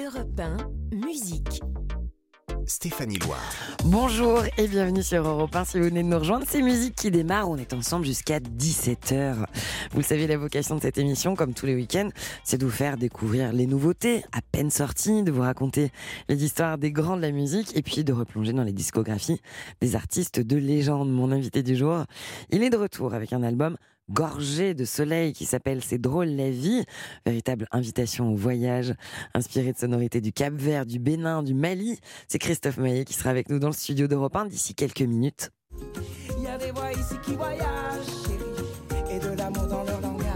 Europe 1, musique. Stéphanie Loire. Bonjour et bienvenue sur Europe 1. Si vous venez de nous rejoindre, c'est Musique qui démarre. On est ensemble jusqu'à 17h. Vous le savez, la vocation de cette émission, comme tous les week-ends, c'est de vous faire découvrir les nouveautés à peine sorties, de vous raconter les histoires des grands de la musique et puis de replonger dans les discographies des artistes de légende. Mon invité du jour, il est de retour avec un album gorgé de soleil qui s'appelle C'est drôle la vie, véritable invitation au voyage, inspiré de sonorités du Cap-Vert, du Bénin, du Mali. C'est Christophe Maé qui sera avec nous dans le studio d'Europe 1 d'ici quelques minutes. Il y a des voix ici qui voyagent, chérie, et de l'amour dans leur langage.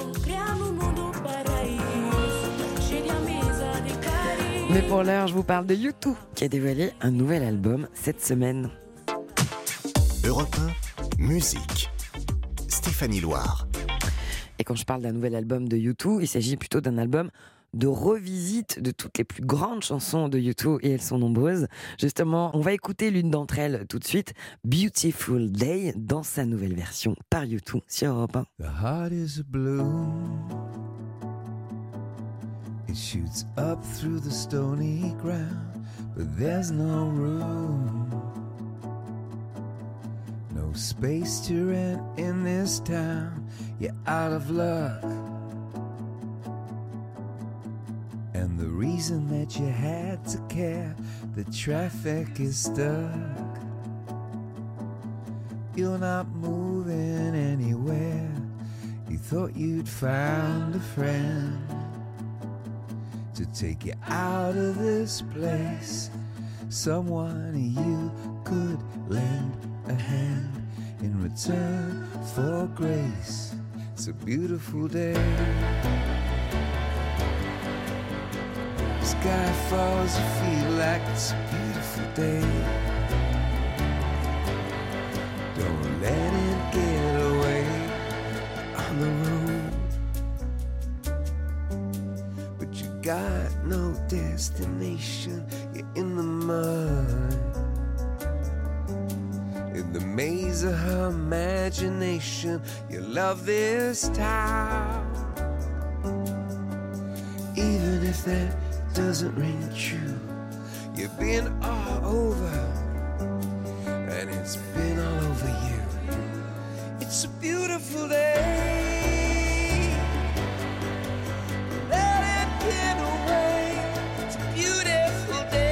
Mais pour l'heure, je vous parle de U2 qui a dévoilé un nouvel album cette semaine. Europe 1, musique. Stéphanie Loire. Et quand je parle d'un nouvel album de U2, il s'agit plutôt d'un album de revisite de toutes les plus grandes chansons de U2, et elles sont nombreuses. Justement, on va écouter l'une d'entre elles tout de suite, Beautiful Day, dans sa nouvelle version par U2 sur Europe 1. The heart is blue. It shoots up through the stony ground, but there's no room. No space to rent in this town. You're out of luck. And the reason that you had to care, the traffic is stuck. You're not moving anywhere. You thought you'd found a friend to take you out of this place. Someone you could lend a hand in return for grace. It's a beautiful day. Sky falls, you feel like it's a beautiful day. Don't let it get away on the road. But you got no destination, you're in the mud. In the maze of her imagination, you love this town. Even if that doesn't ring true, you've been all over, and it's been all over you. It's a beautiful day. Let it get away. It's a beautiful day.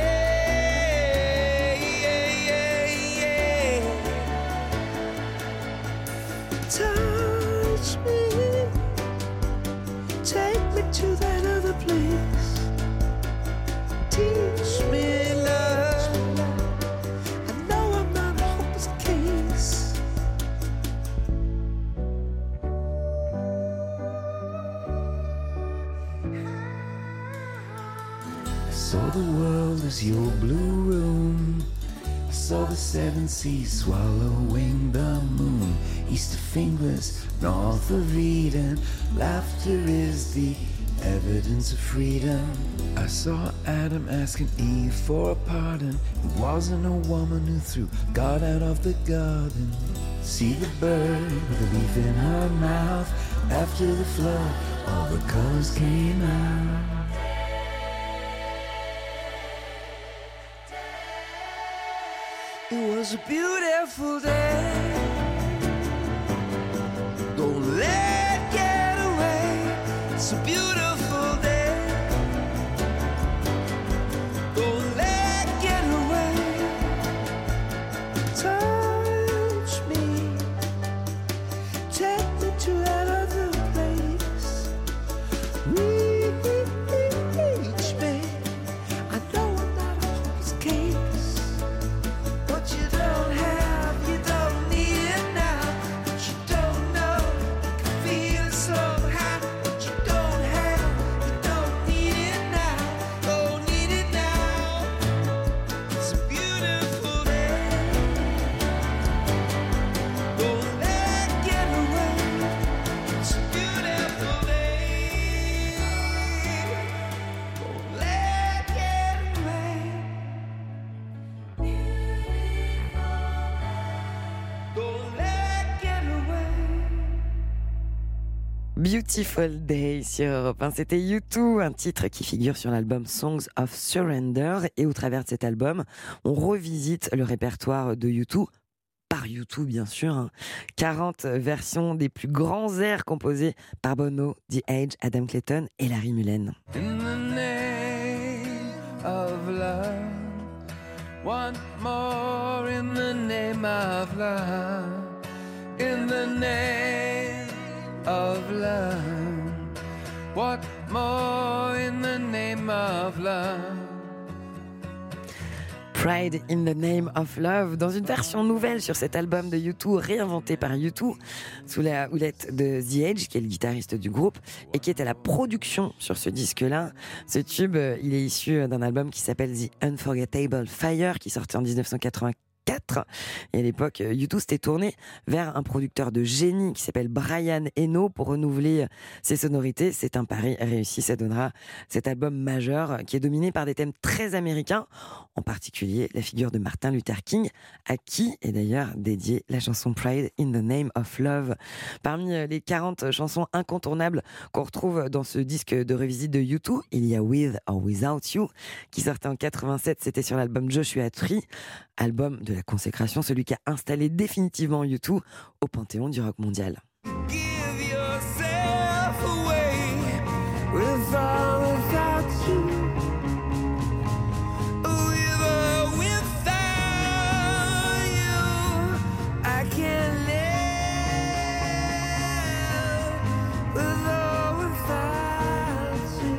Touch me, take me to that other place. Teach me love. I know I'm not a hopeless case. I saw the world as your blue room. I saw the seven seas swallowing the moon. East of fingers, north of Eden. Laughter is the evidence of freedom. I saw Adam asking Eve for a pardon. It wasn't a woman who threw God out of the garden. See the bird with a leaf in her mouth. After the flood, all the colors came out. It was a beautiful day. Don't let it get away. It's a beautiful day. Don't let it get away. Touch me. Take me to that other place. Reach me. I know I'm not a hopeless case. What you don't have, you don't need. Beautiful Day sur Europe 1. C'était U2, un titre qui figure sur l'album Songs of Surrender. Et au travers de cet album, on revisite le répertoire de U2, par U2 bien sûr. 40 versions des plus grands airs composés par Bono, The Edge, Adam Clayton et Larry Mullen. In the name of love, one more in the name of love, in the name of love, what more in the name of love. Pride in the Name of Love, dans une version nouvelle sur cet album de U2, réinventé par U2, sous la houlette de The Edge, qui est le guitariste du groupe, et qui est à la production sur ce disque-là. Ce tube, il est issu d'un album qui s'appelle The Unforgettable Fire, qui sortait en 1984. Et à l'époque, U2 s'était tourné vers un producteur de génie qui s'appelle Brian Eno pour renouveler ses sonorités. C'est un pari réussi, ça donnera cet album majeur qui est dominé par des thèmes très américains, en particulier la figure de Martin Luther King, à qui est d'ailleurs dédiée la chanson Pride in the Name of Love. Parmi les 40 chansons incontournables qu'on retrouve dans ce disque de revisite de U2, il y a With or Without You, qui sortait en 87, c'était sur l'album Joshua Tree, album de la consécration, celui qui a installé définitivement U2 au panthéon du rock mondial. Give yourself away with or without you. With or without you, I can't live. With or without you.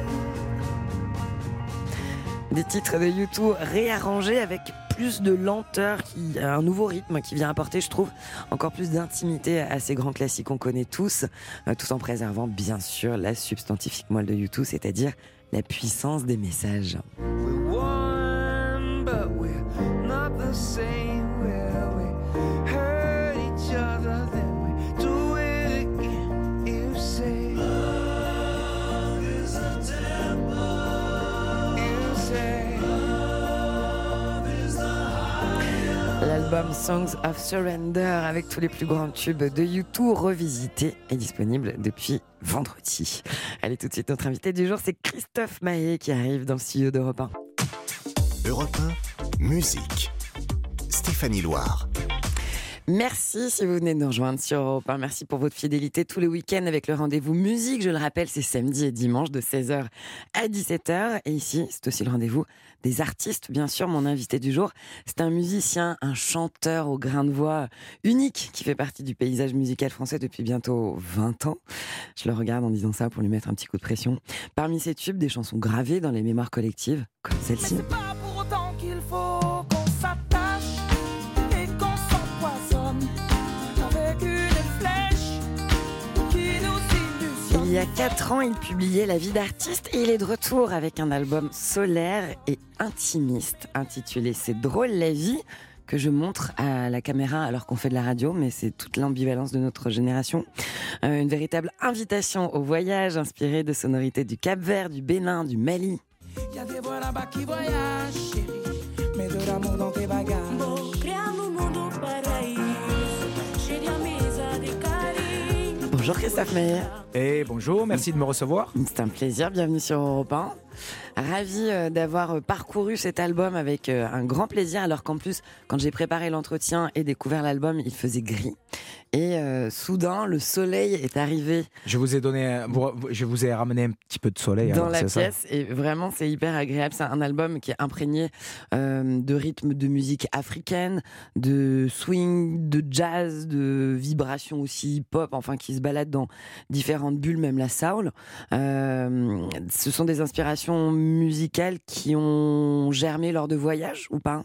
Des titres de U2 réarrangés avec plus de lenteur, un nouveau rythme qui vient apporter, je trouve, encore plus d'intimité à ces grands classiques qu'on connaît tous, tout en préservant bien sûr la substantifique moelle de U2, c'est-à-dire la puissance des messages. We're one, but we're not the same. Where we hurt each other, then we do it again. You say love is a temple. You say L'album Songs of Surrender, avec tous les plus grands tubes de U2 revisités, est disponible depuis vendredi. Allez, tout de suite, notre invité du jour, c'est Christophe Maé qui arrive dans le studio d'Europe 1. Europe 1, musique. Stéphanie Loire. Merci si vous venez de nous rejoindre sur Europe 1. Merci pour votre fidélité tous les week-ends avec le rendez-vous musique. Je le rappelle, c'est samedi et dimanche de 16h à 17h. Et ici, c'est aussi le rendez-vous des artistes. Bien sûr, mon invité du jour, c'est un musicien, un chanteur au grain de voix unique qui fait partie du paysage musical français depuis bientôt 20 ans. Je le regarde en disant ça pour lui mettre un petit coup de pression. Parmi ses tubes, des chansons gravées dans les mémoires collectives, comme celle-ci. Mais c'est pas pour autant qu'il faut qu'on s'attache et qu'on s'empoisonne avec une flèche qui nous illusionne. Il y a 4 ans, il publiait La vie d'artiste et il est de retour avec un album solaire et intimiste intitulé C'est drôle la vie, que je montre à la caméra alors qu'on fait de la radio, mais c'est toute l'ambivalence de notre génération. Une véritable invitation au voyage inspirée de sonorités du Cap-Vert, du Bénin, du Mali. Y a des voix là-bas qui voyagent, chérie, mets de l'amour dans tes bagages. Bonjour Christophe Maé. Bonjour, merci de me recevoir. C'est un plaisir, bienvenue sur Europe 1. Ravi d'avoir parcouru cet album avec un grand plaisir, alors qu'en plus, quand j'ai préparé l'entretien et découvert l'album, il faisait gris. Et soudain, le soleil est arrivé. Je vous ai ramené un petit peu de soleil. Dans alors, la c'est pièce, et vraiment, c'est hyper agréable. C'est un album qui est imprégné de rythmes de musique africaine, de swing, de jazz, de vibrations aussi pop, enfin, qui se baladent dans différentes bulles, même la soul. Ce sont des inspirations musicales qui ont germé lors de voyages ou pas ?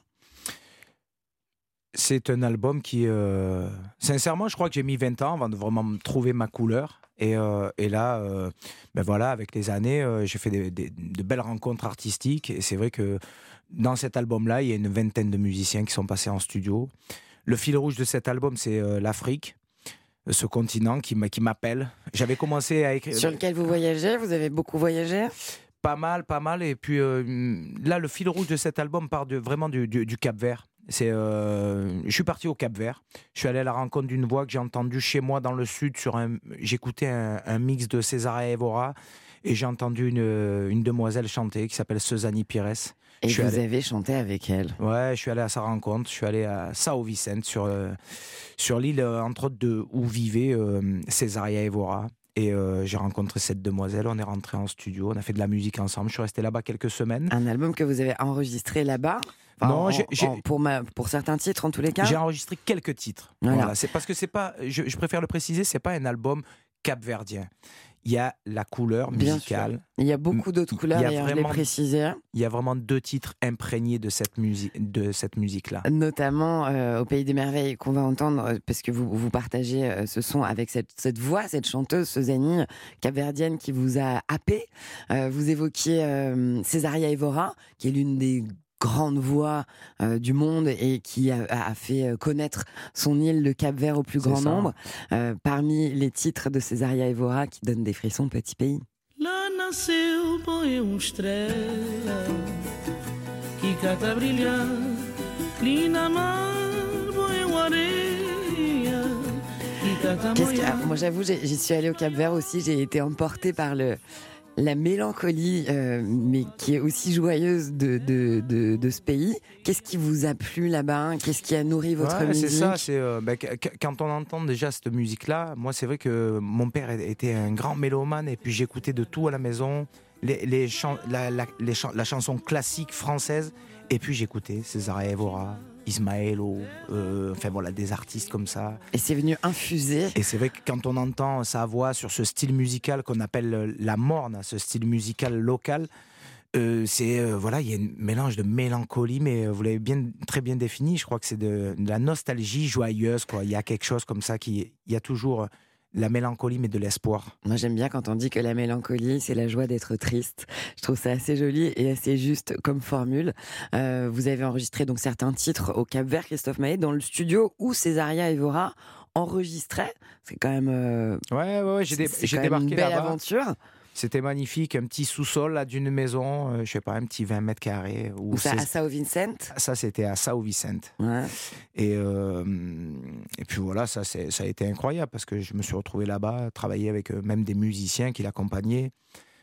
C'est un album qui... Sincèrement, je crois que j'ai mis 20 ans avant de vraiment trouver ma couleur. Et là, ben voilà, avec les années, j'ai fait de belles rencontres artistiques. Et c'est vrai que dans cet album-là, il y a une vingtaine de musiciens qui sont passés en studio. Le fil rouge de cet album, c'est l'Afrique. Ce continent qui m'appelle. J'avais commencé à écrire... Sur lequel vous voyagez ? Vous avez beaucoup voyagé ? Pas mal. Et puis là, le fil rouge de cet album part vraiment du Cap-Vert. Je suis parti au Cap-Vert. Je suis allé à la rencontre d'une voix que j'ai entendue chez moi dans le sud. J'écoutais un mix de César et Evora et j'ai entendu une demoiselle chanter qui s'appelle Suzanne Pires. Et vous avez chanté avec elle. Ouais, je suis allé à sa rencontre. Je suis allé à São Vicente, sur l'île, entre autres, où vivait Césaria Evora. Et j'ai rencontré cette demoiselle, on est rentré en studio, on a fait de la musique ensemble. Je suis resté là-bas quelques semaines. Un album que vous avez enregistré là-bas? Non, pour certains titres en tous les cas. J'ai enregistré quelques titres. Voilà. C'est parce que c'est pas, je préfère le préciser, c'est pas un album capverdien. Il y a la couleur musicale. Il y a beaucoup d'autres couleurs, d'ailleurs, je l'ai précisé. Il y a vraiment 2 titres imprégnés de cette musique-là. Notamment au Pays des Merveilles, qu'on va entendre, parce que vous partagez ce son avec cette voix, cette chanteuse, Suzanne, capverdienne, qui vous a happé. Vous évoquiez Césaria Evora, qui est l'une des grande voix du monde et qui a fait connaître son île, le Cap-Vert, au plus grand nombre. Parmi les titres de Césaria Evora qui donnent des frissons, Petit Pays. Lá nasceu boi estrela que cata brilhar, linda mar boi areia que cata. Moi j'avoue, j'y suis allée au Cap-Vert aussi, j'ai été emportée par la mélancolie, mais qui est aussi joyeuse de ce pays. Qu'est-ce qui vous a plu là-bas? Qu'est-ce qui a nourri votre musique? C'est ça, quand on entend déjà cette musique-là, moi c'est vrai que mon père était un grand mélomane et puis j'écoutais de tout à la maison, la chanson classique française, et puis j'écoutais Césaria Evora, Ismaëlo, des artistes comme ça. Et c'est venu infuser. Et c'est vrai que quand on entend sa voix sur ce style musical qu'on appelle la morne, ce style musical local, il y a un mélange de mélancolie, mais vous l'avez très bien défini. Je crois que c'est de la nostalgie joyeuse, quoi. Il y a quelque chose comme ça il y a toujours la mélancolie, mais de l'espoir. Moi, j'aime bien quand on dit que la mélancolie, c'est la joie d'être triste. Je trouve ça assez joli et assez juste comme formule. Vous avez enregistré donc certains titres au Cap-Vert, Christophe Maé, dans le studio où Césaria Evora enregistrait. C'est quand même... j'ai débarqué une belle là-bas. Aventure. C'était magnifique, un petit sous-sol là, d'une maison, je sais pas, un petit 20 mètres carrés. Où ça, à São Vicente? Ça, c'était à São Vicente. Ouais. Et puis voilà, ça a été incroyable parce que je me suis retrouvé là-bas, travailler avec même des musiciens qui l'accompagnaient.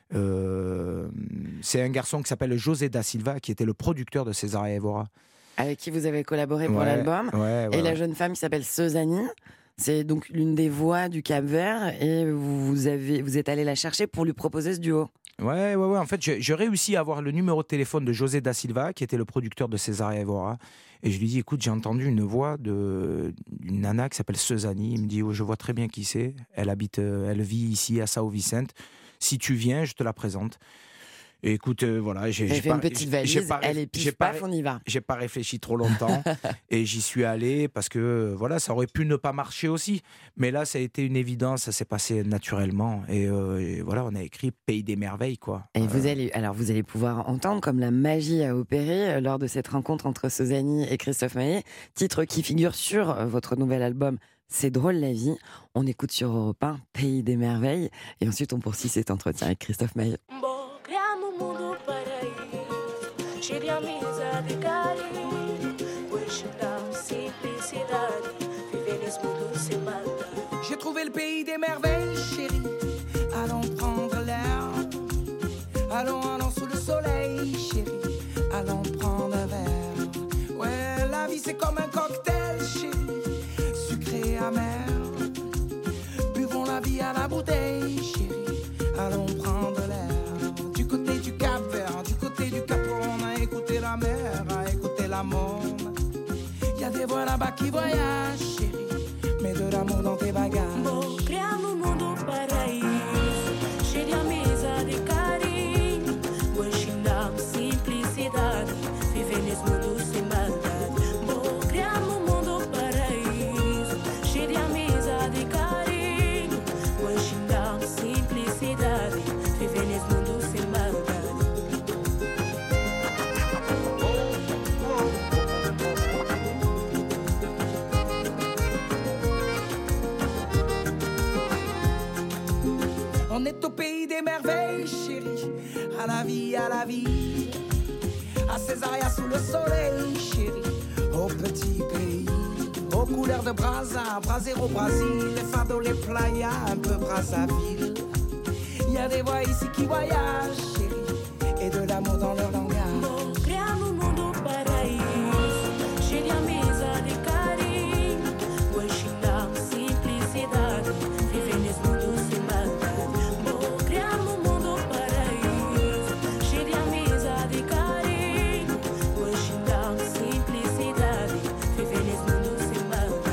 C'est un garçon qui s'appelle José da Silva, qui était le producteur de Césaria Evora. Avec qui vous avez collaboré pour l'album. Et la jeune femme qui s'appelle Suzanne. C'est donc l'une des voix du Cap-Vert et vous êtes allé la chercher pour lui proposer ce duo. Ouais. En fait, j'ai réussi à avoir le numéro de téléphone de José da Silva, qui était le producteur de Césaria Evora. Et je lui dis, écoute, j'ai entendu une voix d'une nana qui s'appelle Suzanne. Il me dit, je vois très bien qui c'est. Elle vit ici à São Vicente. Si tu viens, je te la présente. Et écoute, j'ai fait une petite valise, elle est pif paf, on y va. J'ai pas réfléchi trop longtemps et j'y suis allé parce que ça aurait pu ne pas marcher aussi. Mais là, ça a été une évidence, ça s'est passé naturellement. Et on a écrit Pays des Merveilles, quoi. Et vous allez pouvoir entendre comme la magie a opéré lors de cette rencontre entre Suzanne et Christophe Maé, titre qui figure sur votre nouvel album. C'est drôle la vie. On écoute sur Europe 1 Pays des Merveilles et ensuite on poursuit cet entretien avec Christophe Maé. Chegue a amizade e carinho, pois dá simplicidade, viver nesse mundo sem maldade. J'ai trouvé le pays des merveilles, chérie. Allons prendre l'air. Allons sous le soleil, chérie. Allons prendre un verre. Ouais, la vie c'est comme un cocktail, chérie. Sucré et amer. Buvons la vie à la bouteille, chérie. Allons prendre l'air. Du côté du Cap-Vert, du côté du Cap, on a écouté la mer, a écouté la monde. Y a des voix là-bas qui voyagent, chérie. Mets de l'amour dans tes bagages. Vou criar no mundo paraíso, cheio de amizade e carinho, hoje dá simplicidade, viver nesse mundo sem maldade. Vou criar no mundo paraíso, cheio de amizade e carinho, hoje dá simplicidade, viver nesse mundo sem maldade. On est au pays des merveilles, chérie. À la vie, à Césaria sous le soleil, chérie. Au petit pays, aux couleurs de Brazza, Brazzers au Brésil, les fados, les playas, un peu Brazzaville. Il y a des voix ici qui voyagent, chérie, et de l'amour dans leur langage. Criar no mundo paraíso, cheio de amizade e carinho. Vou ensinar simplicidade, viver nesse mundo sem maldade. Vou criar no mundo paraíso, cheio de amizade e carinho. Vou ensinar simplicidade, viver nesse mundo sem maldade.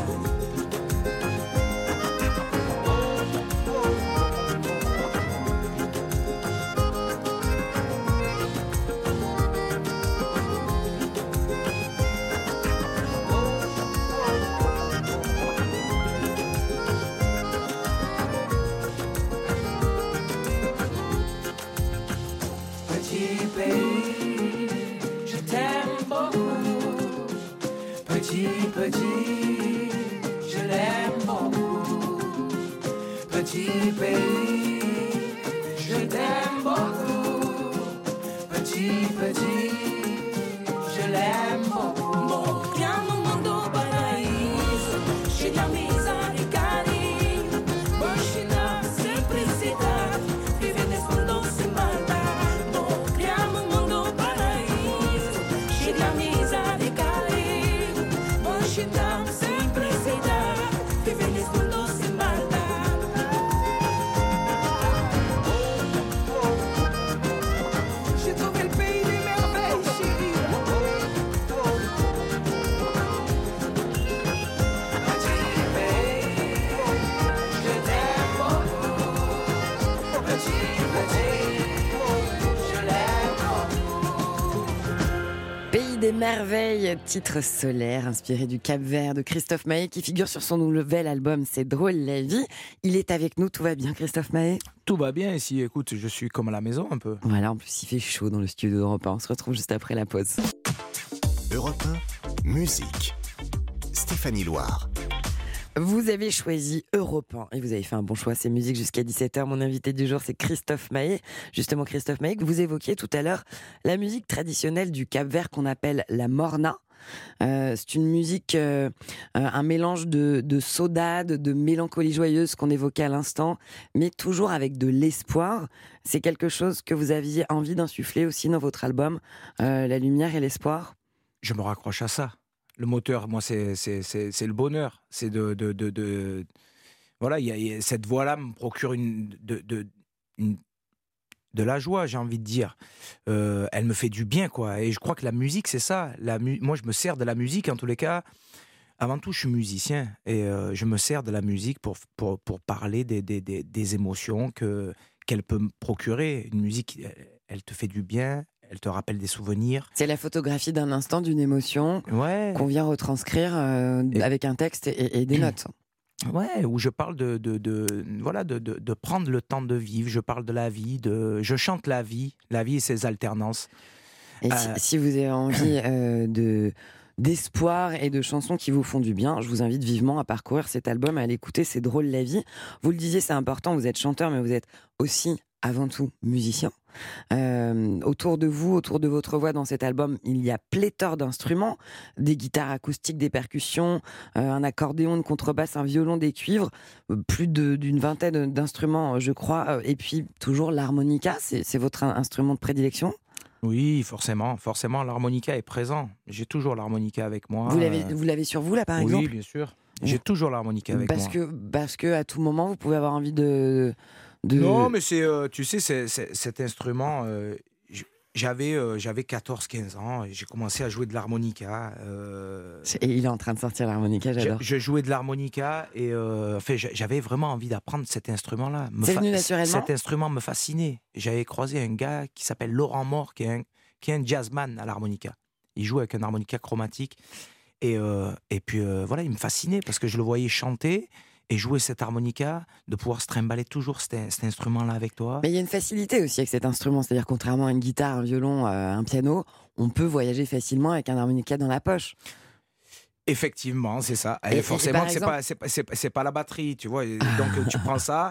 Petit pays, je t'aime beaucoup. Petit, petit, je l'aime beaucoup. Petit pays, je t'aime beaucoup. Petit, petit, je l'aime beaucoup. Vou criar no mundo paraíso, cheio de amizade e carinho. Vou ensinar simplicidade, viver nesse mundo sem maldade. Vou criar no mundo paraíso, cheio de amizade e carinho. Vou ensinar simplicidade, viver nesse mundo sem maldade. J'ai trouvé le pays des merveilles, chérie. Petit pays, je t'aime beaucoup. Petit, petit, je l'aime beaucoup. Pays des merveilles, titre solaire inspiré du Cap-Vert de Christophe Maé qui figure sur son nouvel album C'est drôle la vie. Il est avec nous, tout va bien Christophe Maé? Tout va bien ici, écoute, je suis comme à la maison un peu. Voilà, en plus il fait chaud dans le studio d'Europe 1. On se retrouve juste après la pause. Europe 1, musique. Stéphanie Loire. Vous avez choisi Europe 1 et vous avez fait un bon choix, c'est musique jusqu'à 17h. Mon invité du jour, c'est Christophe Maé. Justement, Christophe Maé, que vous évoquiez tout à l'heure, la musique traditionnelle du Cap-Vert qu'on appelle la morna. C'est une musique, un mélange de saudade, de mélancolie joyeuse qu'on évoquait à l'instant, mais toujours avec de l'espoir. C'est quelque chose que vous aviez envie d'insuffler aussi dans votre album, la lumière et l'espoir. Je me raccroche à ça. Le moteur, moi, c'est le bonheur. C'est voilà, cette voix-là me procure de la joie, j'ai envie de dire. Elle me fait du bien, quoi. Et je crois que la musique, c'est ça. Moi, je me sers de la musique, en tous les cas. Avant tout, je suis musicien. Et je me sers de la musique pour parler des émotions qu'elle peut me procurer. Une musique, elle te fait du bien. Elle te rappelle des souvenirs. C'est la photographie d'un instant, d'une émotion, Ouais. qu'on vient retranscrire avec un texte et des notes. Ouais, où je parle de prendre le temps de vivre. Je parle de la vie, je chante la vie et ses alternances. Et si vous avez envie d'espoir et de chansons qui vous font du bien, je vous invite vivement à parcourir cet album, à l'écouter, c'est drôle la vie. Vous le disiez, c'est important, vous êtes chanteur, mais vous êtes aussi, avant tout, musicien. Autour de vous, autour de votre voix dans cet album, il y a pléthore d'instruments, des guitares acoustiques, des percussions, un accordéon, une contrebasse, un violon, des cuivres, plus d'une vingtaine d'instruments, je crois, et puis toujours l'harmonica, c'est votre instrument de prédilection? Oui, forcément, l'harmonica est présent. J'ai toujours l'harmonica avec moi. Vous l'avez sur vous là, par exemple? Oui, bien sûr. J'ai toujours l'harmonica avec moi. Parce que à tout moment, vous pouvez avoir envie de... Non, mais tu sais, cet instrument, j'avais 14-15 ans, et j'ai commencé à jouer de l'harmonica. Et il est en train de sortir l'harmonica, j'adore. Je jouais de l'harmonica et j'avais vraiment envie d'apprendre cet instrument-là. C'est venu naturellement? Cet instrument me fascinait. J'avais croisé un gars qui s'appelle Laurent Mort, qui est un jazzman à l'harmonica. Il joue avec un harmonica chromatique. Et puis voilà, il me fascinait parce que je le voyais chanter et jouer cet harmonica, de pouvoir se trimballer toujours cet instrument-là avec toi. Mais il y a une facilité aussi avec cet instrument, c'est-à-dire contrairement à une guitare, un violon, un piano, on peut voyager facilement avec un harmonica dans la poche. Effectivement, c'est ça. Et forcément, c'est pas la batterie, tu vois. Et donc tu prends ça.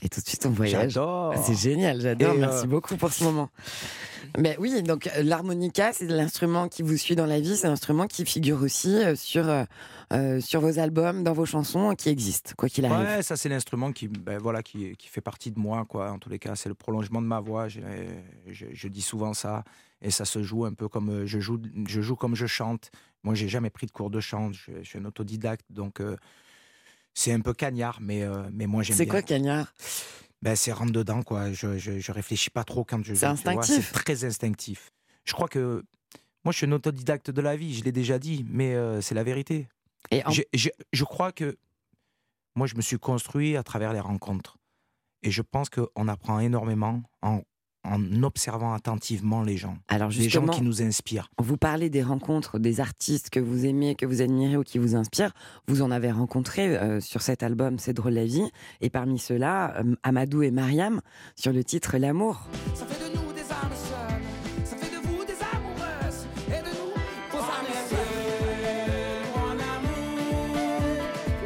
Et tout de suite, on voyage. J'adore. C'est génial, j'adore. Et, Merci beaucoup pour ce moment. Mais oui, donc l'harmonica, c'est l'instrument qui vous suit dans la vie. C'est l'instrument qui figure aussi sur vos albums, dans vos chansons, qui existent, quoi qu'il arrive. Ouais, ça c'est l'instrument qui fait partie de moi, quoi. En tous les cas, c'est le prolongement de ma voix. Je dis souvent ça, et ça se joue un peu comme je joue comme je chante. Moi, j'ai jamais pris de cours de chant. Je suis un autodidacte, donc c'est un peu cagnard, mais moi j'aime bien. C'est quoi, cagnard? C'est rentre dedans, quoi. Je réfléchis pas trop quand je joue. C'est instinctif. C'est très instinctif. Je crois que moi, je suis un autodidacte de la vie. Je l'ai déjà dit, mais c'est la vérité. Et Je crois que moi, je me suis construit à travers les rencontres. Et je pense qu'on apprend énormément en observant attentivement les gens. Alors les gens justement, qui nous inspirent. vous parlez des rencontres, des artistes que vous aimez, que vous admirez ou qui vous inspirent. Vous en avez rencontré sur cet album C'est drôle la vie. Et parmi ceux-là, Amadou et Mariam, sur le titre L'amour. Ça fait de nous des âmes seules, ça fait de vous des amoureuses, et de nous vos âmes seules. Mon amour,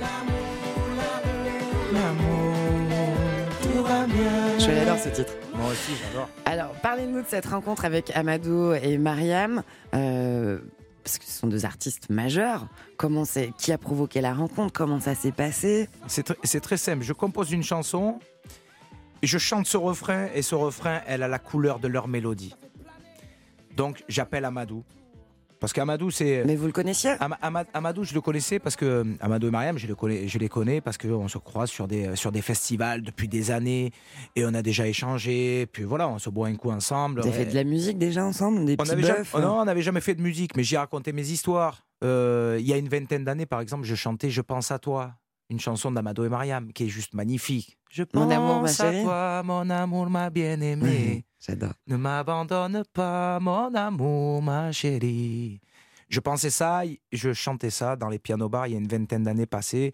L'amour, tout va bien. Je l'adore ce titre. Moi aussi, j'adore. Alors, parlez-nous de cette rencontre avec Amadou et Mariam, parce que ce sont deux artistes majeurs. Qui a provoqué la rencontre? Comment ça s'est passé? C'est très simple. Je compose une chanson, je chante ce refrain, et ce refrain, elle a la couleur de leur mélodie. Donc, j'appelle Amadou. Parce qu'Amadou, c'est... Mais vous le connaissiez? Amadou, je le connaissais parce que... Amadou et Mariam, je les connais parce qu'on se croise sur des festivals depuis des années, et on a déjà échangé, puis voilà, on se boit un coup ensemble. Vous avez fait de la musique déjà ensemble? Des petits bœufs? Non, on n'avait jamais fait de musique, mais j'ai raconté mes histoires. Il y a une vingtaine d'années, par exemple, je chantais « Je pense à toi », une chanson d'Amadou et Mariam, qui est juste magnifique. Je pense Mon amour, ma à chérie. toi, mon amour, ma bien-aimée. J'adore. Ne m'abandonne pas, mon amour, ma chérie. Je pensais ça, je chantais ça dans les piano-bars il y a une vingtaine d'années passées.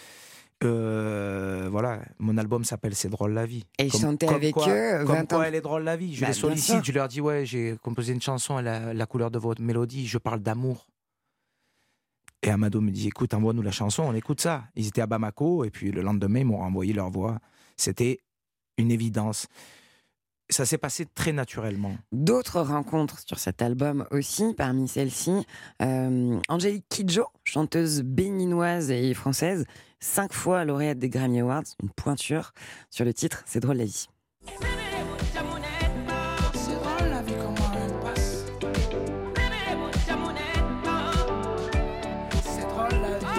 Voilà, mon album s'appelle C'est drôle la vie. Et chanter avec eux 20 Comme ans. quoi elle est drôle la vie. Je Bah, les bien sollicite, sûr. je leur dis ouais, j'ai composé une chanson, elle a la couleur de votre mélodie, je parle d'amour. Et Amadou me dit écoute, envoie-nous la chanson, on écoute ça. Ils étaient à Bamako, et puis le lendemain, ils m'ont renvoyé leur voix. C'était une évidence. Ça s'est passé très naturellement. D'autres rencontres sur cet album aussi, parmi celles-ci. Angélique Kidjo, chanteuse béninoise et française, 5 fois lauréate des Grammy Awards, une pointure sur le titre C'est drôle la vie. c'est drôle la vie comment elle passe. C'est drôle la vie.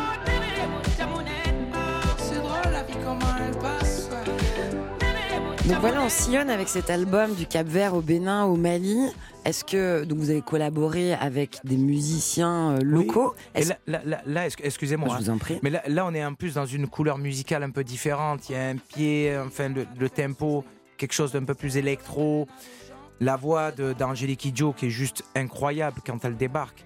C'est drôle la vie comment elle passe. Donc voilà, on sillonne avec cet album du Cap-Vert au Bénin, au Mali. Est-ce que donc vous avez collaboré avec des musiciens locaux? Et là, excusez-moi. Je vous en prie. Mais là, on est en plus dans une couleur musicale un peu différente. Il y a un pied, enfin, le tempo, quelque chose d'un peu plus électro. La voix d'Angélique Kidjo qui est juste incroyable quand elle débarque.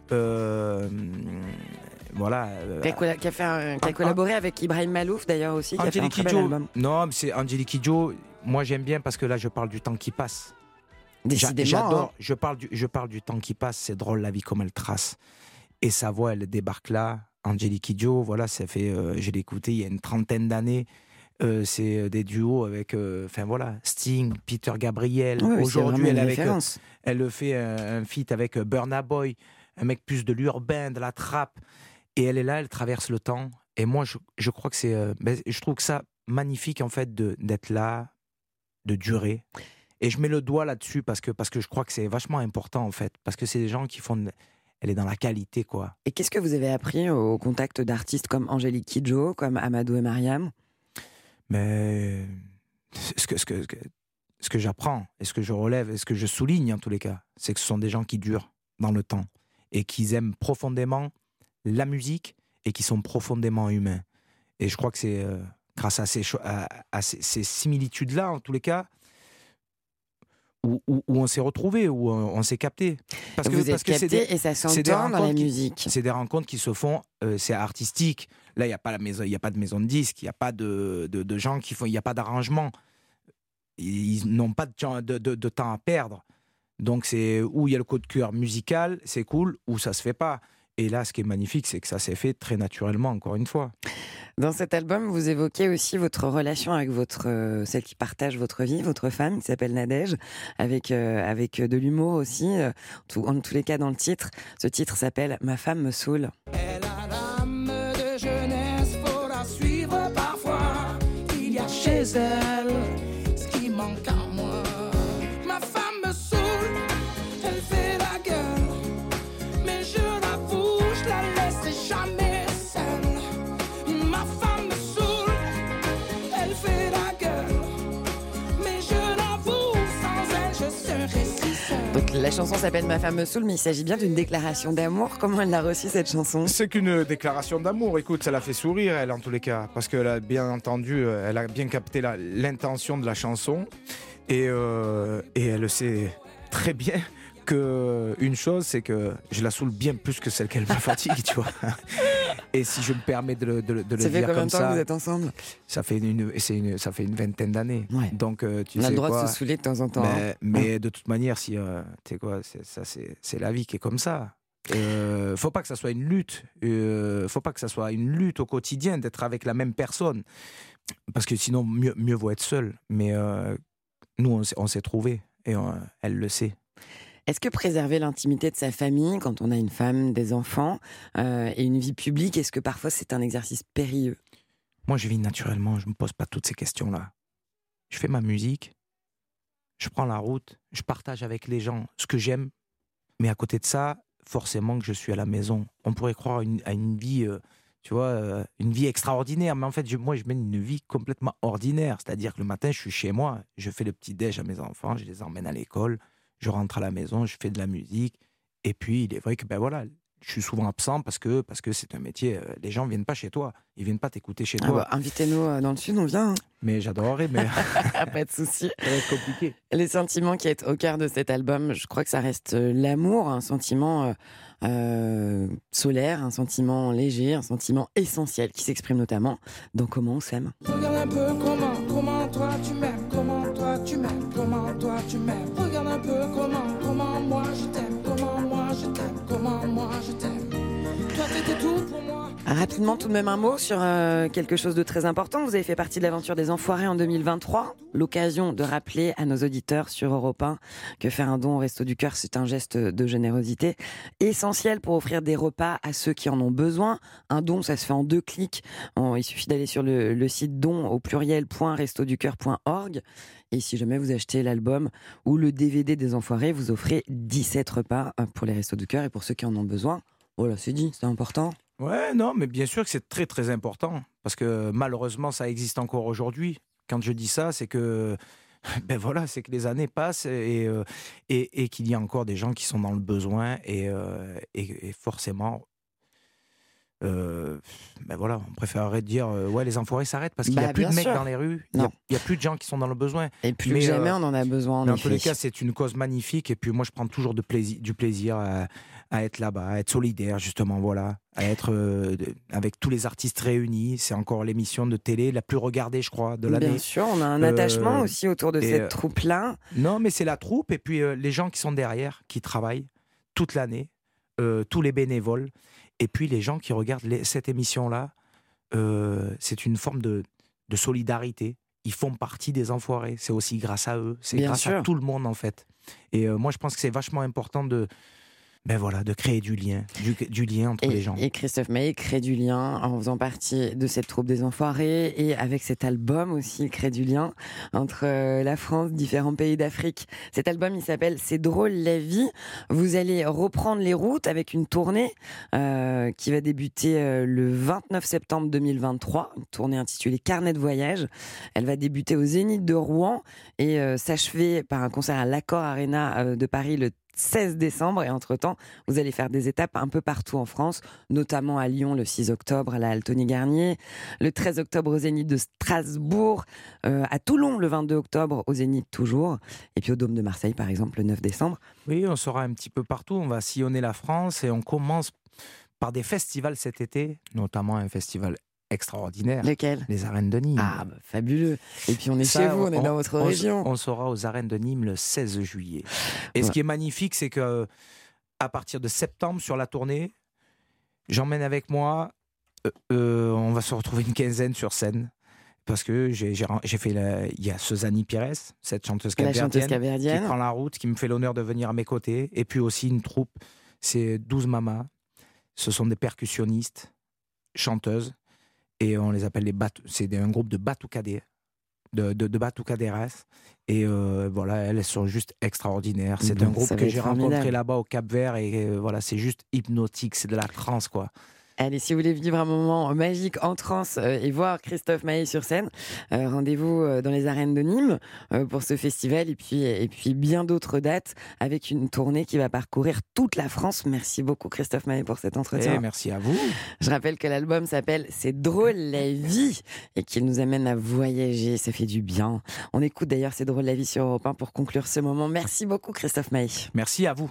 Voilà. Qui a collaboré avec Ibrahim Malouf d'ailleurs aussi, qui a fait un Angélique très bel Kidjo. album. Non, mais c'est Angélique Kidjo. Moi, j'aime bien parce que là, je parle du temps qui passe. Décidément. J'adore. Hein. Je parle du temps qui passe. C'est drôle la vie comme elle trace. Et sa voix, elle débarque là. Angélique Kidjo, voilà, ça fait. Je l'ai écouté il y a une trentaine d'années. C'est des duos avec, enfin voilà, Sting, Peter Gabriel. Oui, Aujourd'hui, référence. elle fait un feat avec Burna Boy, un mec plus de l'urbain, de la trappe. Et elle est là, elle traverse le temps. Et moi, je crois que c'est, je trouve que ça magnifique en fait d'être là, de durer. Et je mets le doigt là-dessus parce que je crois que c'est vachement important en fait, parce que c'est des gens qui font. Elle est dans la qualité, quoi. Et qu'est-ce que vous avez appris au contact d'artistes comme Angélique Kidjo, comme Amadou et Mariam? Mais ce que j'apprends, et ce que je relève, et ce que je souligne en tous les cas, c'est que ce sont des gens qui durent dans le temps et qui aiment profondément la musique et qui sont profondément humains. Et je crois que c'est grâce à ces similitudes-là, en tous les cas, où on s'est retrouvés, où on s'est captés. Vous êtes captés et ça s'entend dans la musique. C'est des rencontres qui se font, c'est artistique. Là, il n'y a pas de maison de disques, il n'y a pas de gens qui font, il n'y a pas d'arrangement. Ils n'ont pas de temps à perdre. Donc, c'est où il y a le coup de cœur musical, c'est cool, où ça se fait pas. Et là, ce qui est magnifique, c'est que ça s'est fait très naturellement, encore une fois. Dans cet album, vous évoquez aussi votre relation avec celle qui partage votre vie, votre femme, qui s'appelle Nadège, avec de l'humour aussi. En tous les cas, dans le titre, ce titre s'appelle « Ma femme me saoule ». Elle a l'âme de jeunesse, faut la suivre parfois. Il y a chez elle ce qui manque à moi. Ma femme me saoule, elle fait la gueule, mais je l'avoue, je la laisserai jamais seule. Ma femme me saoule, elle fait la gueule, mais je l'avoue, sans elle, je serais si seule. Donc la chanson s'appelle « Ma femme me saoule », mais il s'agit bien d'une déclaration d'amour. Comment elle l'a reçue, cette chanson ? C'est qu'une déclaration d'amour. Écoute, ça l'a fait sourire, elle, en tous les cas. Parce qu'elle a bien entendu, elle a bien capté l'intention de la chanson. Et elle sait très bien qu'une chose, c'est que je la saoule bien plus que celle qu'elle me fatigue, tu vois. Et si je me permets de le Ça dire fait combien comme de temps ça, que vous êtes ensemble ? ça fait une vingtaine d'années. Ouais. Donc, tu On a sais le droit quoi, de se saouler de temps en temps. hein. mais de toute manière, si, tu sais quoi, c'est la vie qui est comme ça. Faut pas que ça soit une lutte. Faut pas que ça soit une lutte au quotidien d'être avec la même personne, parce que sinon mieux vaut être seul. Mais nous, on s'est trouvés et elle le sait. Est-ce que préserver l'intimité de sa famille, quand on a une femme, des enfants et une vie publique, est-ce que parfois c'est un exercice périlleux ? Moi, je vis naturellement. Je me pose pas toutes ces questions-là. Je fais ma musique, je prends la route, je partage avec les gens ce que j'aime. Mais à côté de ça, forcément que je suis à la maison. On pourrait croire à une vie, tu vois, une vie extraordinaire. Mais en fait, moi, je mène une vie complètement ordinaire. C'est-à-dire que le matin, je suis chez moi, je fais le petit-déj à mes enfants, je les emmène à l'école, je rentre à la maison, je fais de la musique. Et puis, il est vrai que, ben voilà, je suis souvent absent parce que c'est un métier. Les gens ne viennent pas chez toi. Ils ne viennent pas t'écouter chez toi. Invitez-nous dans le Sud, on vient. hein. Mais j'adorerais, mais Pas de souci. ça va être compliqué. Les sentiments qui est au cœur de cet album, je crois que ça reste l'amour, un sentiment solaire, un sentiment léger, un sentiment essentiel qui s'exprime notamment dans Comment on s'aime. Regarde un peu comment toi tu m'aimes, comment toi tu m'aimes, comment toi tu m'aimes. Regarde un peu comment moi je t'aime, comment moi je t'aime, comment moi je t'aime. Toi t'étais tout pour moi. Rapidement, tout de même un mot sur quelque chose de très important. Vous avez fait partie de l'aventure des Enfoirés en 2023. L'occasion de rappeler à nos auditeurs sur Europe 1 que faire un don au Resto du Cœur, c'est un geste de générosité essentiel pour offrir des repas à ceux qui en ont besoin. Un don, ça se fait en 2 clics. Il suffit d'aller sur le site don au pluriel.restoducoeur.org. Et si jamais vous achetez l'album ou le DVD des Enfoirés, vous offrez 17 repas pour les Restos du Cœur et pour ceux qui en ont besoin. Voilà, c'est dit, c'est important. Ouais, non, mais bien sûr que c'est très très important, parce que malheureusement ça existe encore aujourd'hui. Quand je dis ça, c'est que ben voilà, c'est que les années passent et qu'il y a encore des gens qui sont dans le besoin et forcément, ben voilà, on préférerait dire ouais, les Enfoirés s'arrêtent parce qu'il n'y a plus bien de mecs sûr. dans les rues, il Non. n'y a plus de gens qui sont dans le besoin. Et plus Mais, que jamais, on en a besoin. Mais en effet. tous les cas, c'est une cause magnifique. Et puis moi, je prends toujours du plaisir à être là-bas, à être solidaire, justement, voilà, à être avec tous les artistes réunis. C'est encore l'émission de télé la plus regardée, je crois, de l'année. Bien sûr, on a un attachement aussi autour de et, cette troupe-là. Non, mais c'est la troupe et puis les gens qui sont derrière, qui travaillent toute l'année, tous les bénévoles. Et puis les gens qui regardent cette émission-là, c'est une forme de solidarité. Ils font partie des Enfoirés. C'est aussi grâce à eux. C'est Bien grâce sûr. à tout le monde, en fait. Et moi, je pense que c'est vachement important de créer du lien, du lien entre les gens. Et Christophe Maé crée du lien en faisant partie de cette troupe des Enfoirés et avec cet album aussi, il crée du lien entre la France, différents pays d'Afrique. Cet album, il s'appelle C'est drôle la vie. Vous allez reprendre les routes avec une tournée qui va débuter le 29 septembre 2023, une tournée intitulée Carnet de voyage. Elle va débuter au Zénith de Rouen et s'achever par un concert à l'Accor Arena de Paris le 16 décembre, et entre-temps, vous allez faire des étapes un peu partout en France, notamment à Lyon le 6 octobre, à la halle Tony Garnier, le 13 octobre au Zénith de Strasbourg, à Toulon le 22 octobre au Zénith toujours, et puis au Dôme de Marseille par exemple le 9 décembre. Oui, on sera un petit peu partout, on va sillonner la France et on commence par des festivals cet été, notamment un festival extraordinaire. Lequel ? Les Arènes de Nîmes. Ah, bah, fabuleux. Et puis on est Ça, chez vous, on est dans votre région. On sera aux Arènes de Nîmes le 16 juillet. Et Ouais. ce qui est magnifique, c'est que à partir de septembre sur la tournée, j'emmène avec moi On va se retrouver une quinzaine sur scène. Parce que j'ai fait il y a Suzanne Pires, cette chanteuse capverdienne, qui prend la route, qui me fait l'honneur de venir à mes côtés. Et puis aussi une troupe, c'est 12 mamas. Ce sont des percussionnistes, chanteuses. Et on les appelle c'est un groupe de batucadés, de batucaderas. Et voilà, elles sont juste extraordinaires. C'est un groupe que j'ai rencontré là-bas au Cap-Vert. Et voilà, c'est juste hypnotique, c'est de la trance, quoi. Allez, si vous voulez vivre un moment magique en transe et voir Christophe Maé sur scène, rendez-vous dans les arènes de Nîmes pour ce festival et puis bien d'autres dates avec une tournée qui va parcourir toute la France. Merci beaucoup Christophe Maé pour cet entretien. Et merci à vous. Je rappelle que l'album s'appelle C'est drôle la vie et qu'il nous amène à voyager, ça fait du bien. On écoute d'ailleurs C'est drôle la vie sur Europe 1 pour conclure ce moment. Merci beaucoup Christophe Maé. Merci à vous.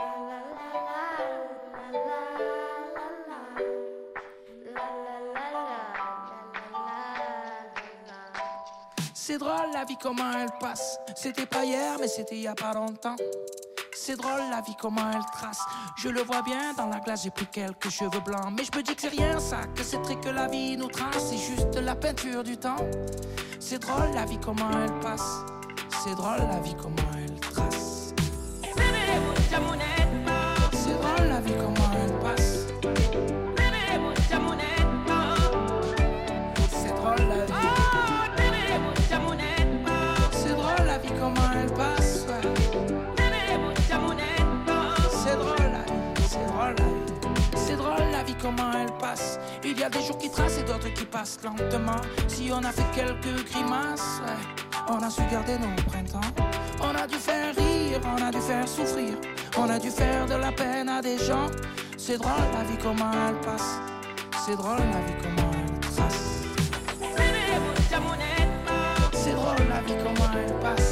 C'est drôle la vie comment elle passe. C'était pas hier mais c'était il y a pas longtemps. C'est drôle la vie comment elle trace. Je le vois bien dans la glace, j'ai pris quelques cheveux blancs. Mais je me dis que c'est rien ça, que c'est très que la vie nous trace. C'est juste la peinture du temps. C'est drôle la vie comment elle passe. C'est drôle la vie comment elle trace. C'est drôle la vie comment elle passe. C'est drôle la vie. Comment elle passe, ouais. C'est drôle la vie, c'est drôle la vie. C'est drôle la vie comment elle passe. Il y a des jours qui tracent et d'autres qui passent lentement. Si on a fait quelques grimaces, ouais, on a su garder nos printemps. On a dû faire rire, on a dû faire souffrir. On a dû faire de la peine à des gens. C'est drôle la vie comment elle passe. C'est drôle la vie comment elle trace. C'est drôle la vie comment elle passe.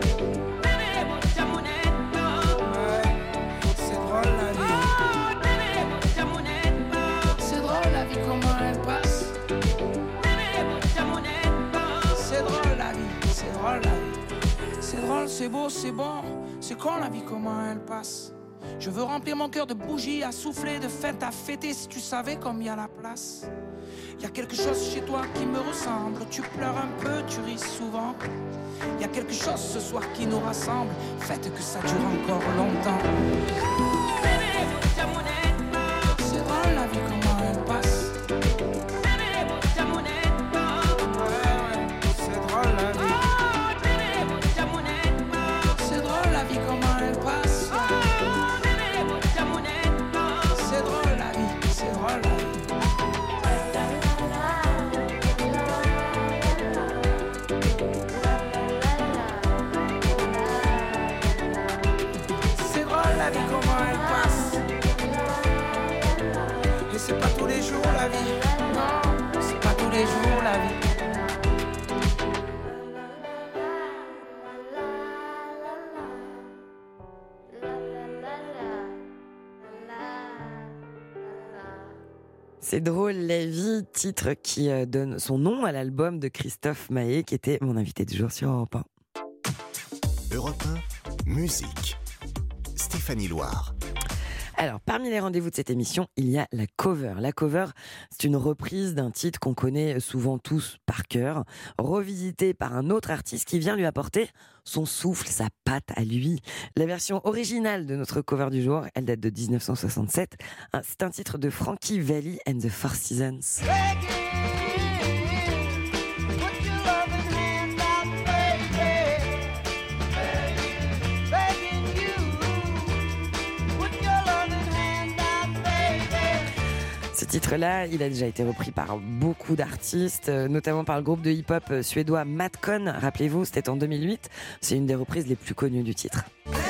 C'est beau, c'est bon, c'est con la vie comment elle passe. Je veux remplir mon cœur de bougies à souffler, de fêtes à fêter. Si tu savais comme il y a la place. Il y a quelque chose chez toi qui me ressemble. Tu pleures un peu, tu ris souvent. Il y a quelque chose ce soir qui nous rassemble. Faites que ça dure encore longtemps. C'est drôle la vie comment elle passe. C'est drôle la vie. C'est pas tous les jours la vie. Non, c'est pas tous les jours la vie. C'est drôle la vie, titre qui donne son nom à l'album de Christophe Maé qui était mon invité du jour sur Europe 1. Europe 1, musique. Stéphanie Loire. Alors, parmi les rendez-vous de cette émission, il y a la cover. La cover, c'est une reprise d'un titre qu'on connaît souvent tous par cœur, revisité par un autre artiste qui vient lui apporter son souffle, sa patte à lui. La version originale de notre cover du jour, elle date de 1967. C'est un titre de Frankie Valli and the Four Seasons. Ce titre-là, il a déjà été repris par beaucoup d'artistes, notamment par le groupe de hip-hop suédois Madcon. Rappelez-vous, c'était en 2008. C'est une des reprises les plus connues du titre.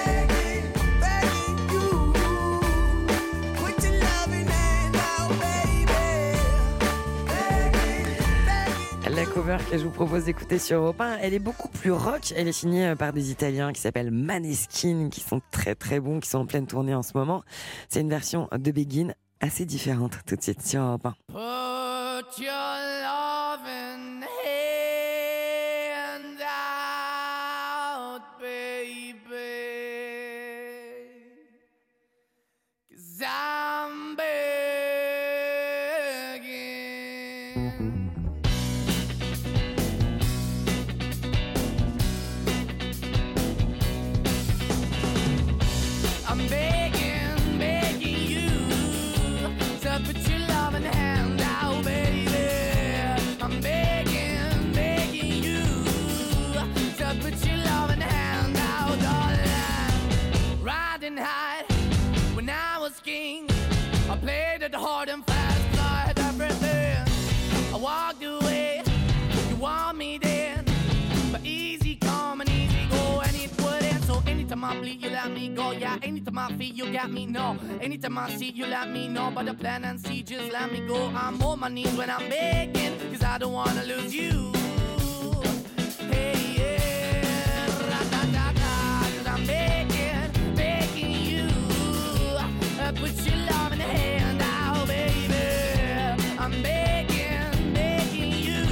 La cover que je vous propose d'écouter sur Europe 1, elle est beaucoup plus rock. Elle est signée par des Italiens qui s'appellent Maneskin, qui sont très très bons, qui sont en pleine tournée en ce moment. C'est une version de Begin assez différente tout de suite sur Europe 1. Put your loving hand out, baby, 'cause I'm begging I'm begging, begging you to put your loving hand out, baby. I'm begging, begging you to put your loving hand out, darling. Riding high when I was king, I played it hard and fast, I had everything. I walked away, you want me then, but easy come and easy go, and it wouldn't. So anytime I bleed, you let me go. Yeah, anytime I feel, you got me, no. Anytime I see, you let me know. But the plan and see, just let me go. I'm on my knees when I'm begging, cause I don't wanna lose you. Hey, yeah, ra-da-da-da, cause I'm begging, begging you. Put your love in the hand out, baby. I'm begging, begging you.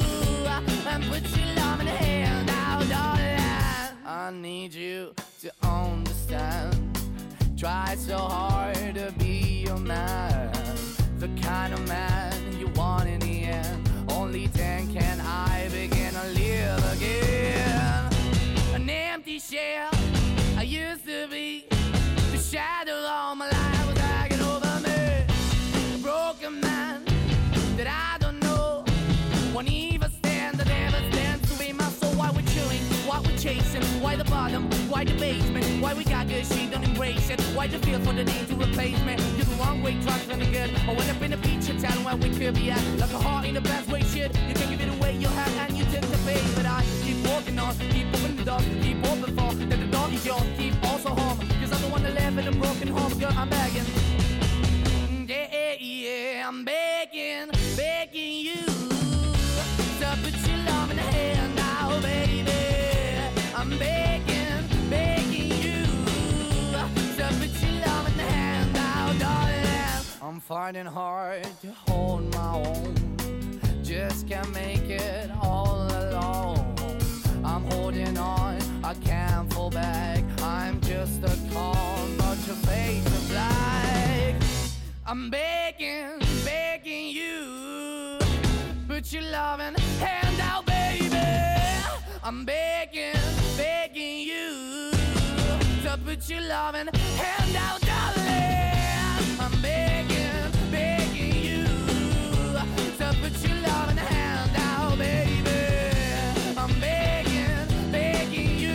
Put your love in the hand out, darling. I need you to understand. Try so hard to be your man, the kind of man you want in the end. Only then can I begin to live again. An empty shell I used to be, the shadow all my life was hanging over me. A broken man that I don't know, won't even stand, that never stands to be my soul. Why we're chewing, why we're chasing, why the bottom, why the basement, why we got good, she don't embrace it, why the feel for the need to replace me. You're the wrong way, trying to good. I went up in a feature town where we could be at, like a heart in the best way, shit. You can give it away, you have, and you tend to pay. But I keep walking on, keep opening the door, keep open for, that the door is yours, keep also home. Cause I don't wanna live in a broken home, girl, I'm begging. Yeah, yeah, I'm begging, begging you to put your love in the hand now, baby. I'm begging, begging you to put your love in the hand now, darling. I'm finding hard to hold my own, just can't make it all alone. I'm holding on, I can't fall back. I'm just a call, but your face is black. I'm begging, begging you, put your loving hand out, baby. I'm begging, begging you to put your loving hand out, darling. I'm begging, begging you to put your loving hand out, baby. I'm begging, begging you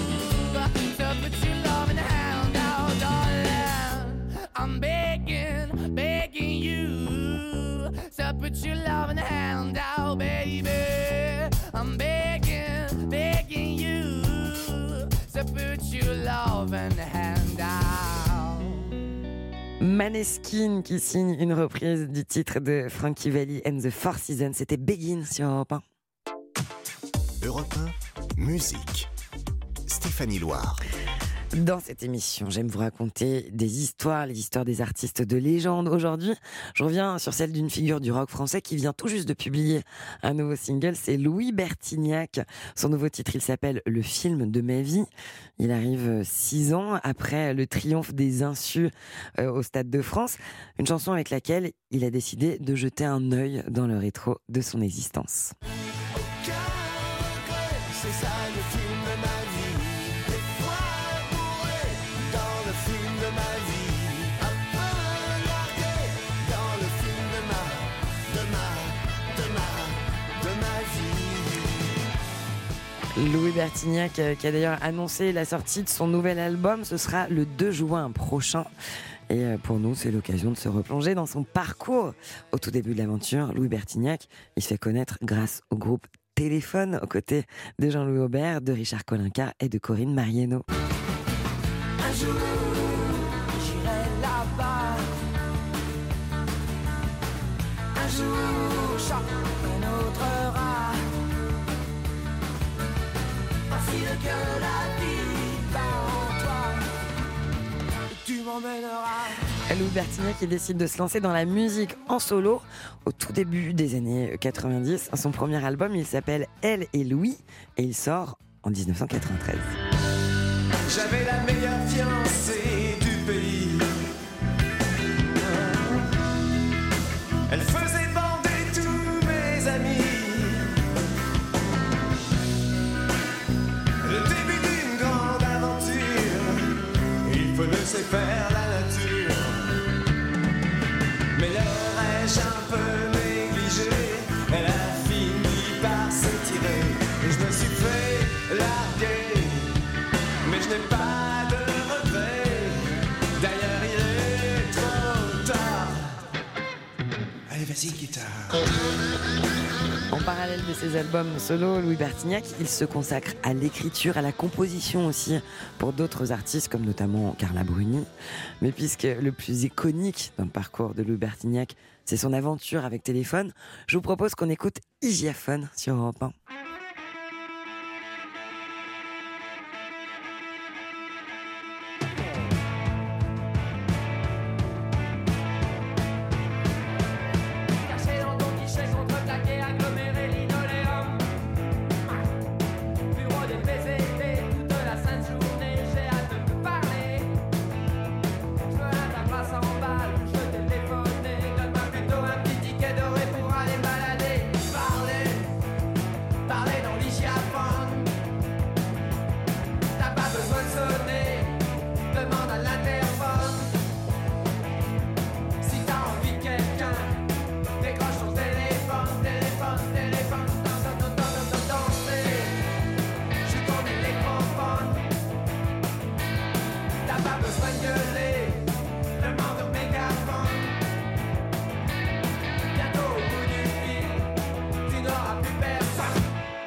to put your loving hand out, darling. I'm begging, begging you to put your loving hand out, baby. I'm begging, begging you to put your loving hand out. Maneskin qui signe une reprise du titre de Frankie Valli and the Four Seasons. C'était Begin sur Europe 1. Europe 1, musique. Stéphanie Loire. Dans cette émission, j'aime vous raconter des histoires, les histoires des artistes de légende. Aujourd'hui, je reviens sur celle d'une figure du rock français qui vient tout juste de publier un nouveau single. C'est Louis Bertignac. Son nouveau titre, il s'appelle Le film de ma vie. Il arrive 6 ans après le triomphe des Insus au Stade de France. Une chanson avec laquelle il a décidé de jeter un œil dans le rétro de son existence. C'est ça le film de ma vie. Des fois bourré dans le film de ma vie. Un peu largué dans le film de ma vie. Louis Bertignac qui a d'ailleurs annoncé la sortie de son nouvel album. Ce sera le 2 juin prochain. Et pour nous, c'est l'occasion de se replonger dans son parcours. Au tout début de l'aventure, Louis Bertignac, il se fait connaître grâce au groupe Téléphone, aux côtés de Jean-Louis Aubert, de Richard Kolinka et de Corinne Mariano. Un jour, j'irai là-bas. Un jour, chacun n'autrera. Facile que la vie par toi, tu m'emmèneras. Louis Bertignac qui décide de se lancer dans la musique en solo au tout début des années 90. Son premier album, il s'appelle Elle et Louis et il sort en 1993. J'avais la meilleure fiancée du pays. Elle faisait bander tous faire la nature. Mais l'aurais-je un peu négligé? Elle a fini par s'étirer et je me suis fait larguer. Mais je n'ai pas de regret. D'ailleurs il est trop tard. Allez vas-y guitare. En parallèle de ses albums solo, Louis Bertignac, il se consacre à l'écriture, à la composition aussi, pour d'autres artistes comme notamment Carla Bruni. Mais puisque le plus iconique dans le parcours de Louis Bertignac, c'est son aventure avec Téléphone, je vous propose qu'on écoute Hygiaphone sur Europe 1. Caché dans ton guichet, contreplaqué, aggloméré, linoléum. Bureau des PCT, toute la sainte journée, j'ai hâte de te parler. Je veux à ta place en balle, je veux téléphoner. Donne-moi plutôt un petit ticket doré pour aller balader. Parler dans l'hygiaphone. T'as pas besoin de sonner, demande à l'interphone. Si t'as envie de quelqu'un, décroche ton téléphone, danser. Je suis ton électrophone. T'as pas besoin de gueuler, demande au mégaphone. Bientôt au bout du fil, tu n'auras plus personne.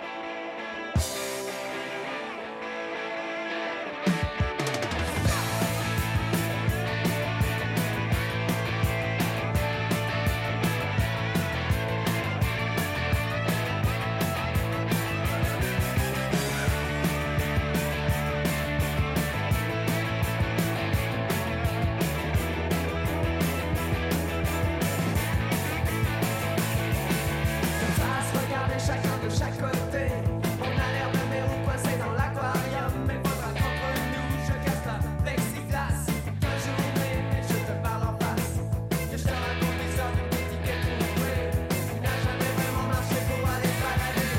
À se regarder chacun de chaque côté. On a l'air de mes roues coincées dans l'aquarium. Mais faudra qu'entre nous je casse la plexiglas. Qu'un jour mais je te parle en face. Que je te raconte l'histoire du petit ticket trouvé. Tu n'as jamais vraiment marché pour aller te balader.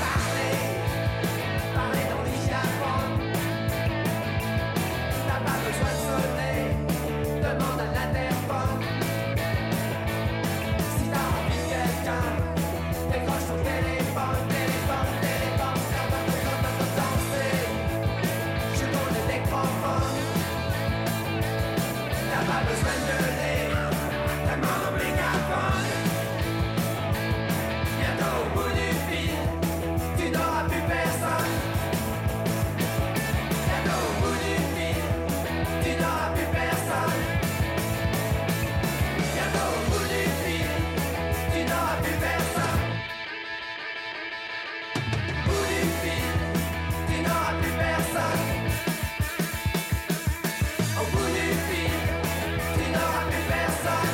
Parler dans l'hygiaphone. T'as pas besoin de sonner, demande à l'interphone. Si t'as envie de quelqu'un, décroche ton téléphone, danser. Je suis ton électrophone. T'as pas besoin de gueuler, demande au mégaphone. Bientôt au bout du fil, tu n'auras plus personne. Bientôt au bout du fil, tu n'auras plus personne. Bientôt au bout du fil, tu n'auras plus personne. Bout du fil, tu n'auras plus personne. Au bout du fil, tu n'auras plus personne.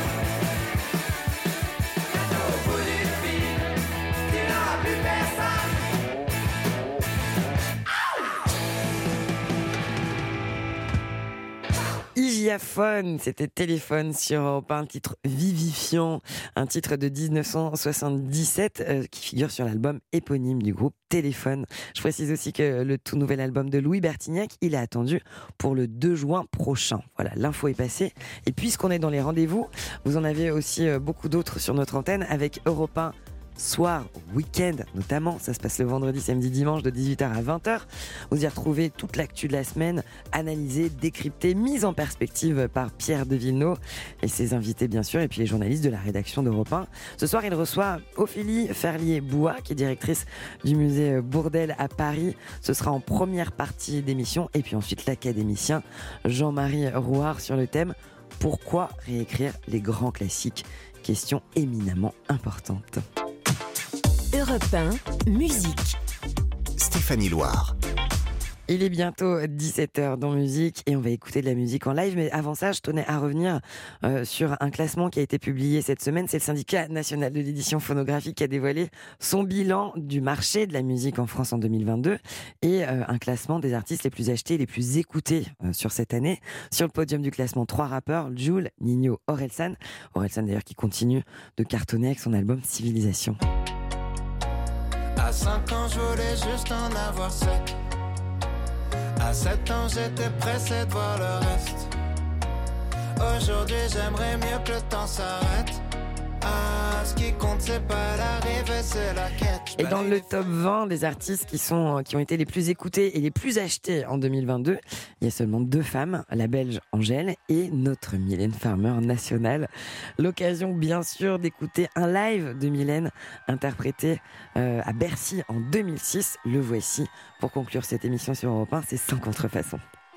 Bientôt au bout du fil, tu n'auras plus personne. Hygiaphone, c'était Téléphone sur Europe 1, un titre vivifiant, un titre de 1977 qui figure sur l'album éponyme du groupe Téléphone. Je précise aussi que le tout nouvel album de Louis Bertignac, il est attendu pour le 2 juin prochain. Voilà, l'info est passée. Et puisqu'on est dans les rendez-vous, vous en avez aussi beaucoup d'autres sur notre antenne avec Europe 1 soir, week-end notamment. Ça se passe le vendredi, samedi, dimanche de 18h à 20h. Vous y retrouvez toute l'actu de la semaine, analysée, décryptée, mise en perspective par Pierre de Villeneuve et ses invités bien sûr, et puis les journalistes de la rédaction d'Europe 1. Ce soir, il reçoit Ophélie Ferlier-Bouat, qui est directrice du musée Bourdelle à Paris. Ce sera en première partie d'émission, et puis ensuite l'académicien Jean-Marie Rouard sur le thème « Pourquoi réécrire les grands classiques ?» Question éminemment importante. Europe 1, musique. Stéphanie Loire. Il est bientôt 17h dans musique et on va écouter de la musique en live. Mais avant ça, je tenais à revenir sur un classement qui a été publié cette semaine. C'est le syndicat national de l'édition phonographique qui a dévoilé son bilan du marché de la musique en France en 2022 et un classement des artistes les plus achetés et les plus écoutés sur cette année. Sur le podium du classement, 3 rappeurs, Jul, Ninho, Orelsan. Orelsan d'ailleurs qui continue de cartonner avec son album Civilisation. À 5 ans, je voulais juste en avoir 7. À 7 ans, j'étais pressé de voir le reste. Aujourd'hui j'aimerais mieux que le temps s'arrête. Ah, ce qui compte c'est pas l'arrivée, c'est la quête. Et dans le top 20 des artistes qui ont été les plus écoutés et les plus achetés en 2022, il y a seulement 2 femmes, la belge Angèle et notre Mylène Farmer nationale. L'occasion bien sûr d'écouter un live de Mylène interprété à Bercy en 2006. Le voici pour conclure cette émission sur Europe 1, c'est Sans contrefaçon.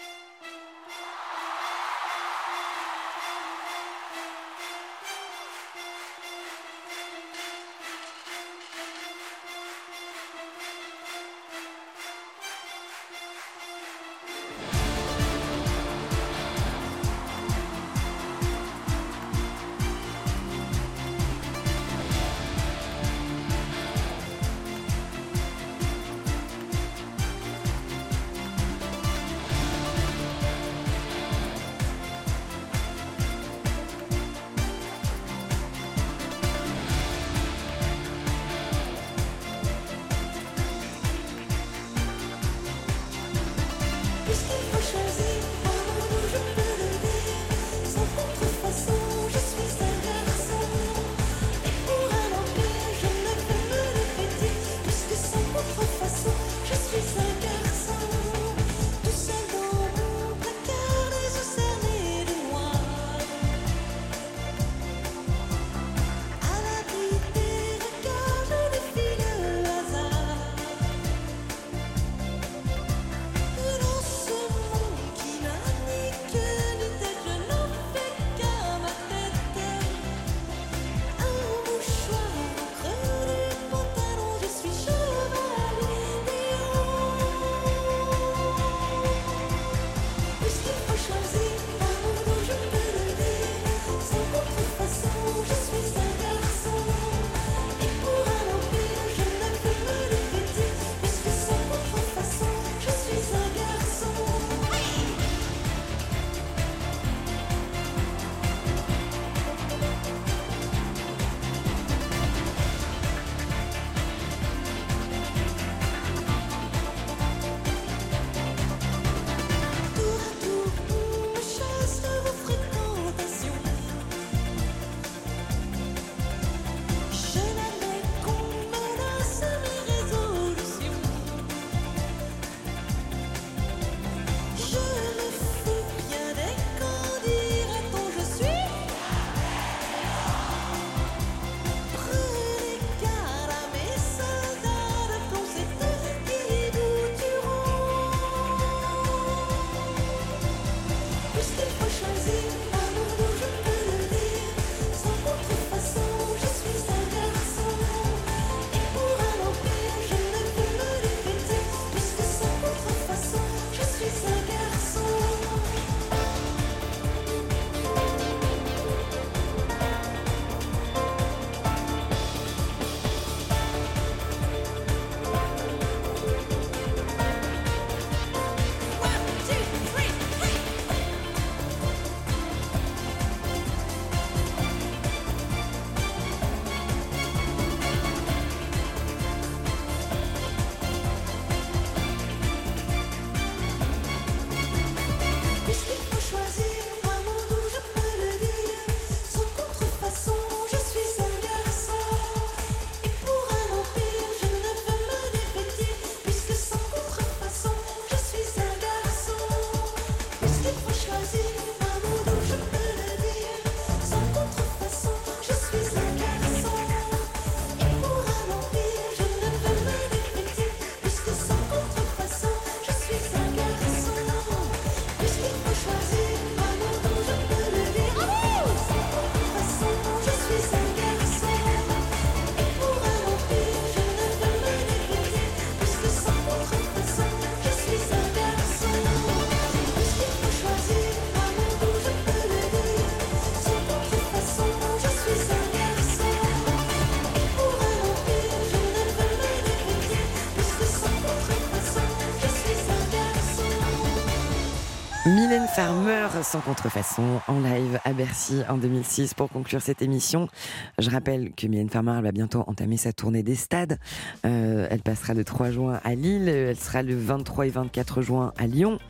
Mylène Farmer, sans contrefaçon, en live à Bercy en 2006 pour conclure cette émission. Je rappelle que Mylène Farmer va bientôt entamer sa tournée des stades. Elle passera le 3 juin à Lille, elle sera le 23 et 24 juin à Lyon.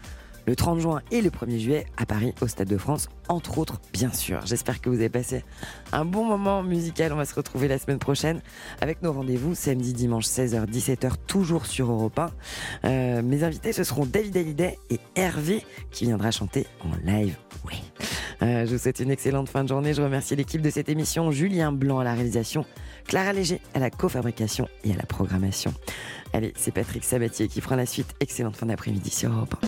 le 30 juin et le 1er juillet à Paris, au Stade de France, entre autres, bien sûr. J'espère que vous avez passé un bon moment musical. On va se retrouver la semaine prochaine avec nos rendez-vous samedi, dimanche, 16h, 17h, toujours sur Europe 1. Mes invités, ce seront David Hallyday et Hervé qui viendra chanter en live. Oui. Je vous souhaite une excellente fin de journée. Je remercie l'équipe de cette émission, Julien Blanc à la réalisation, Clara Léger à la cofabrication et à la programmation. Allez, c'est Patrick Sabatier qui prend la suite. Excellente fin d'après-midi sur Europe 1.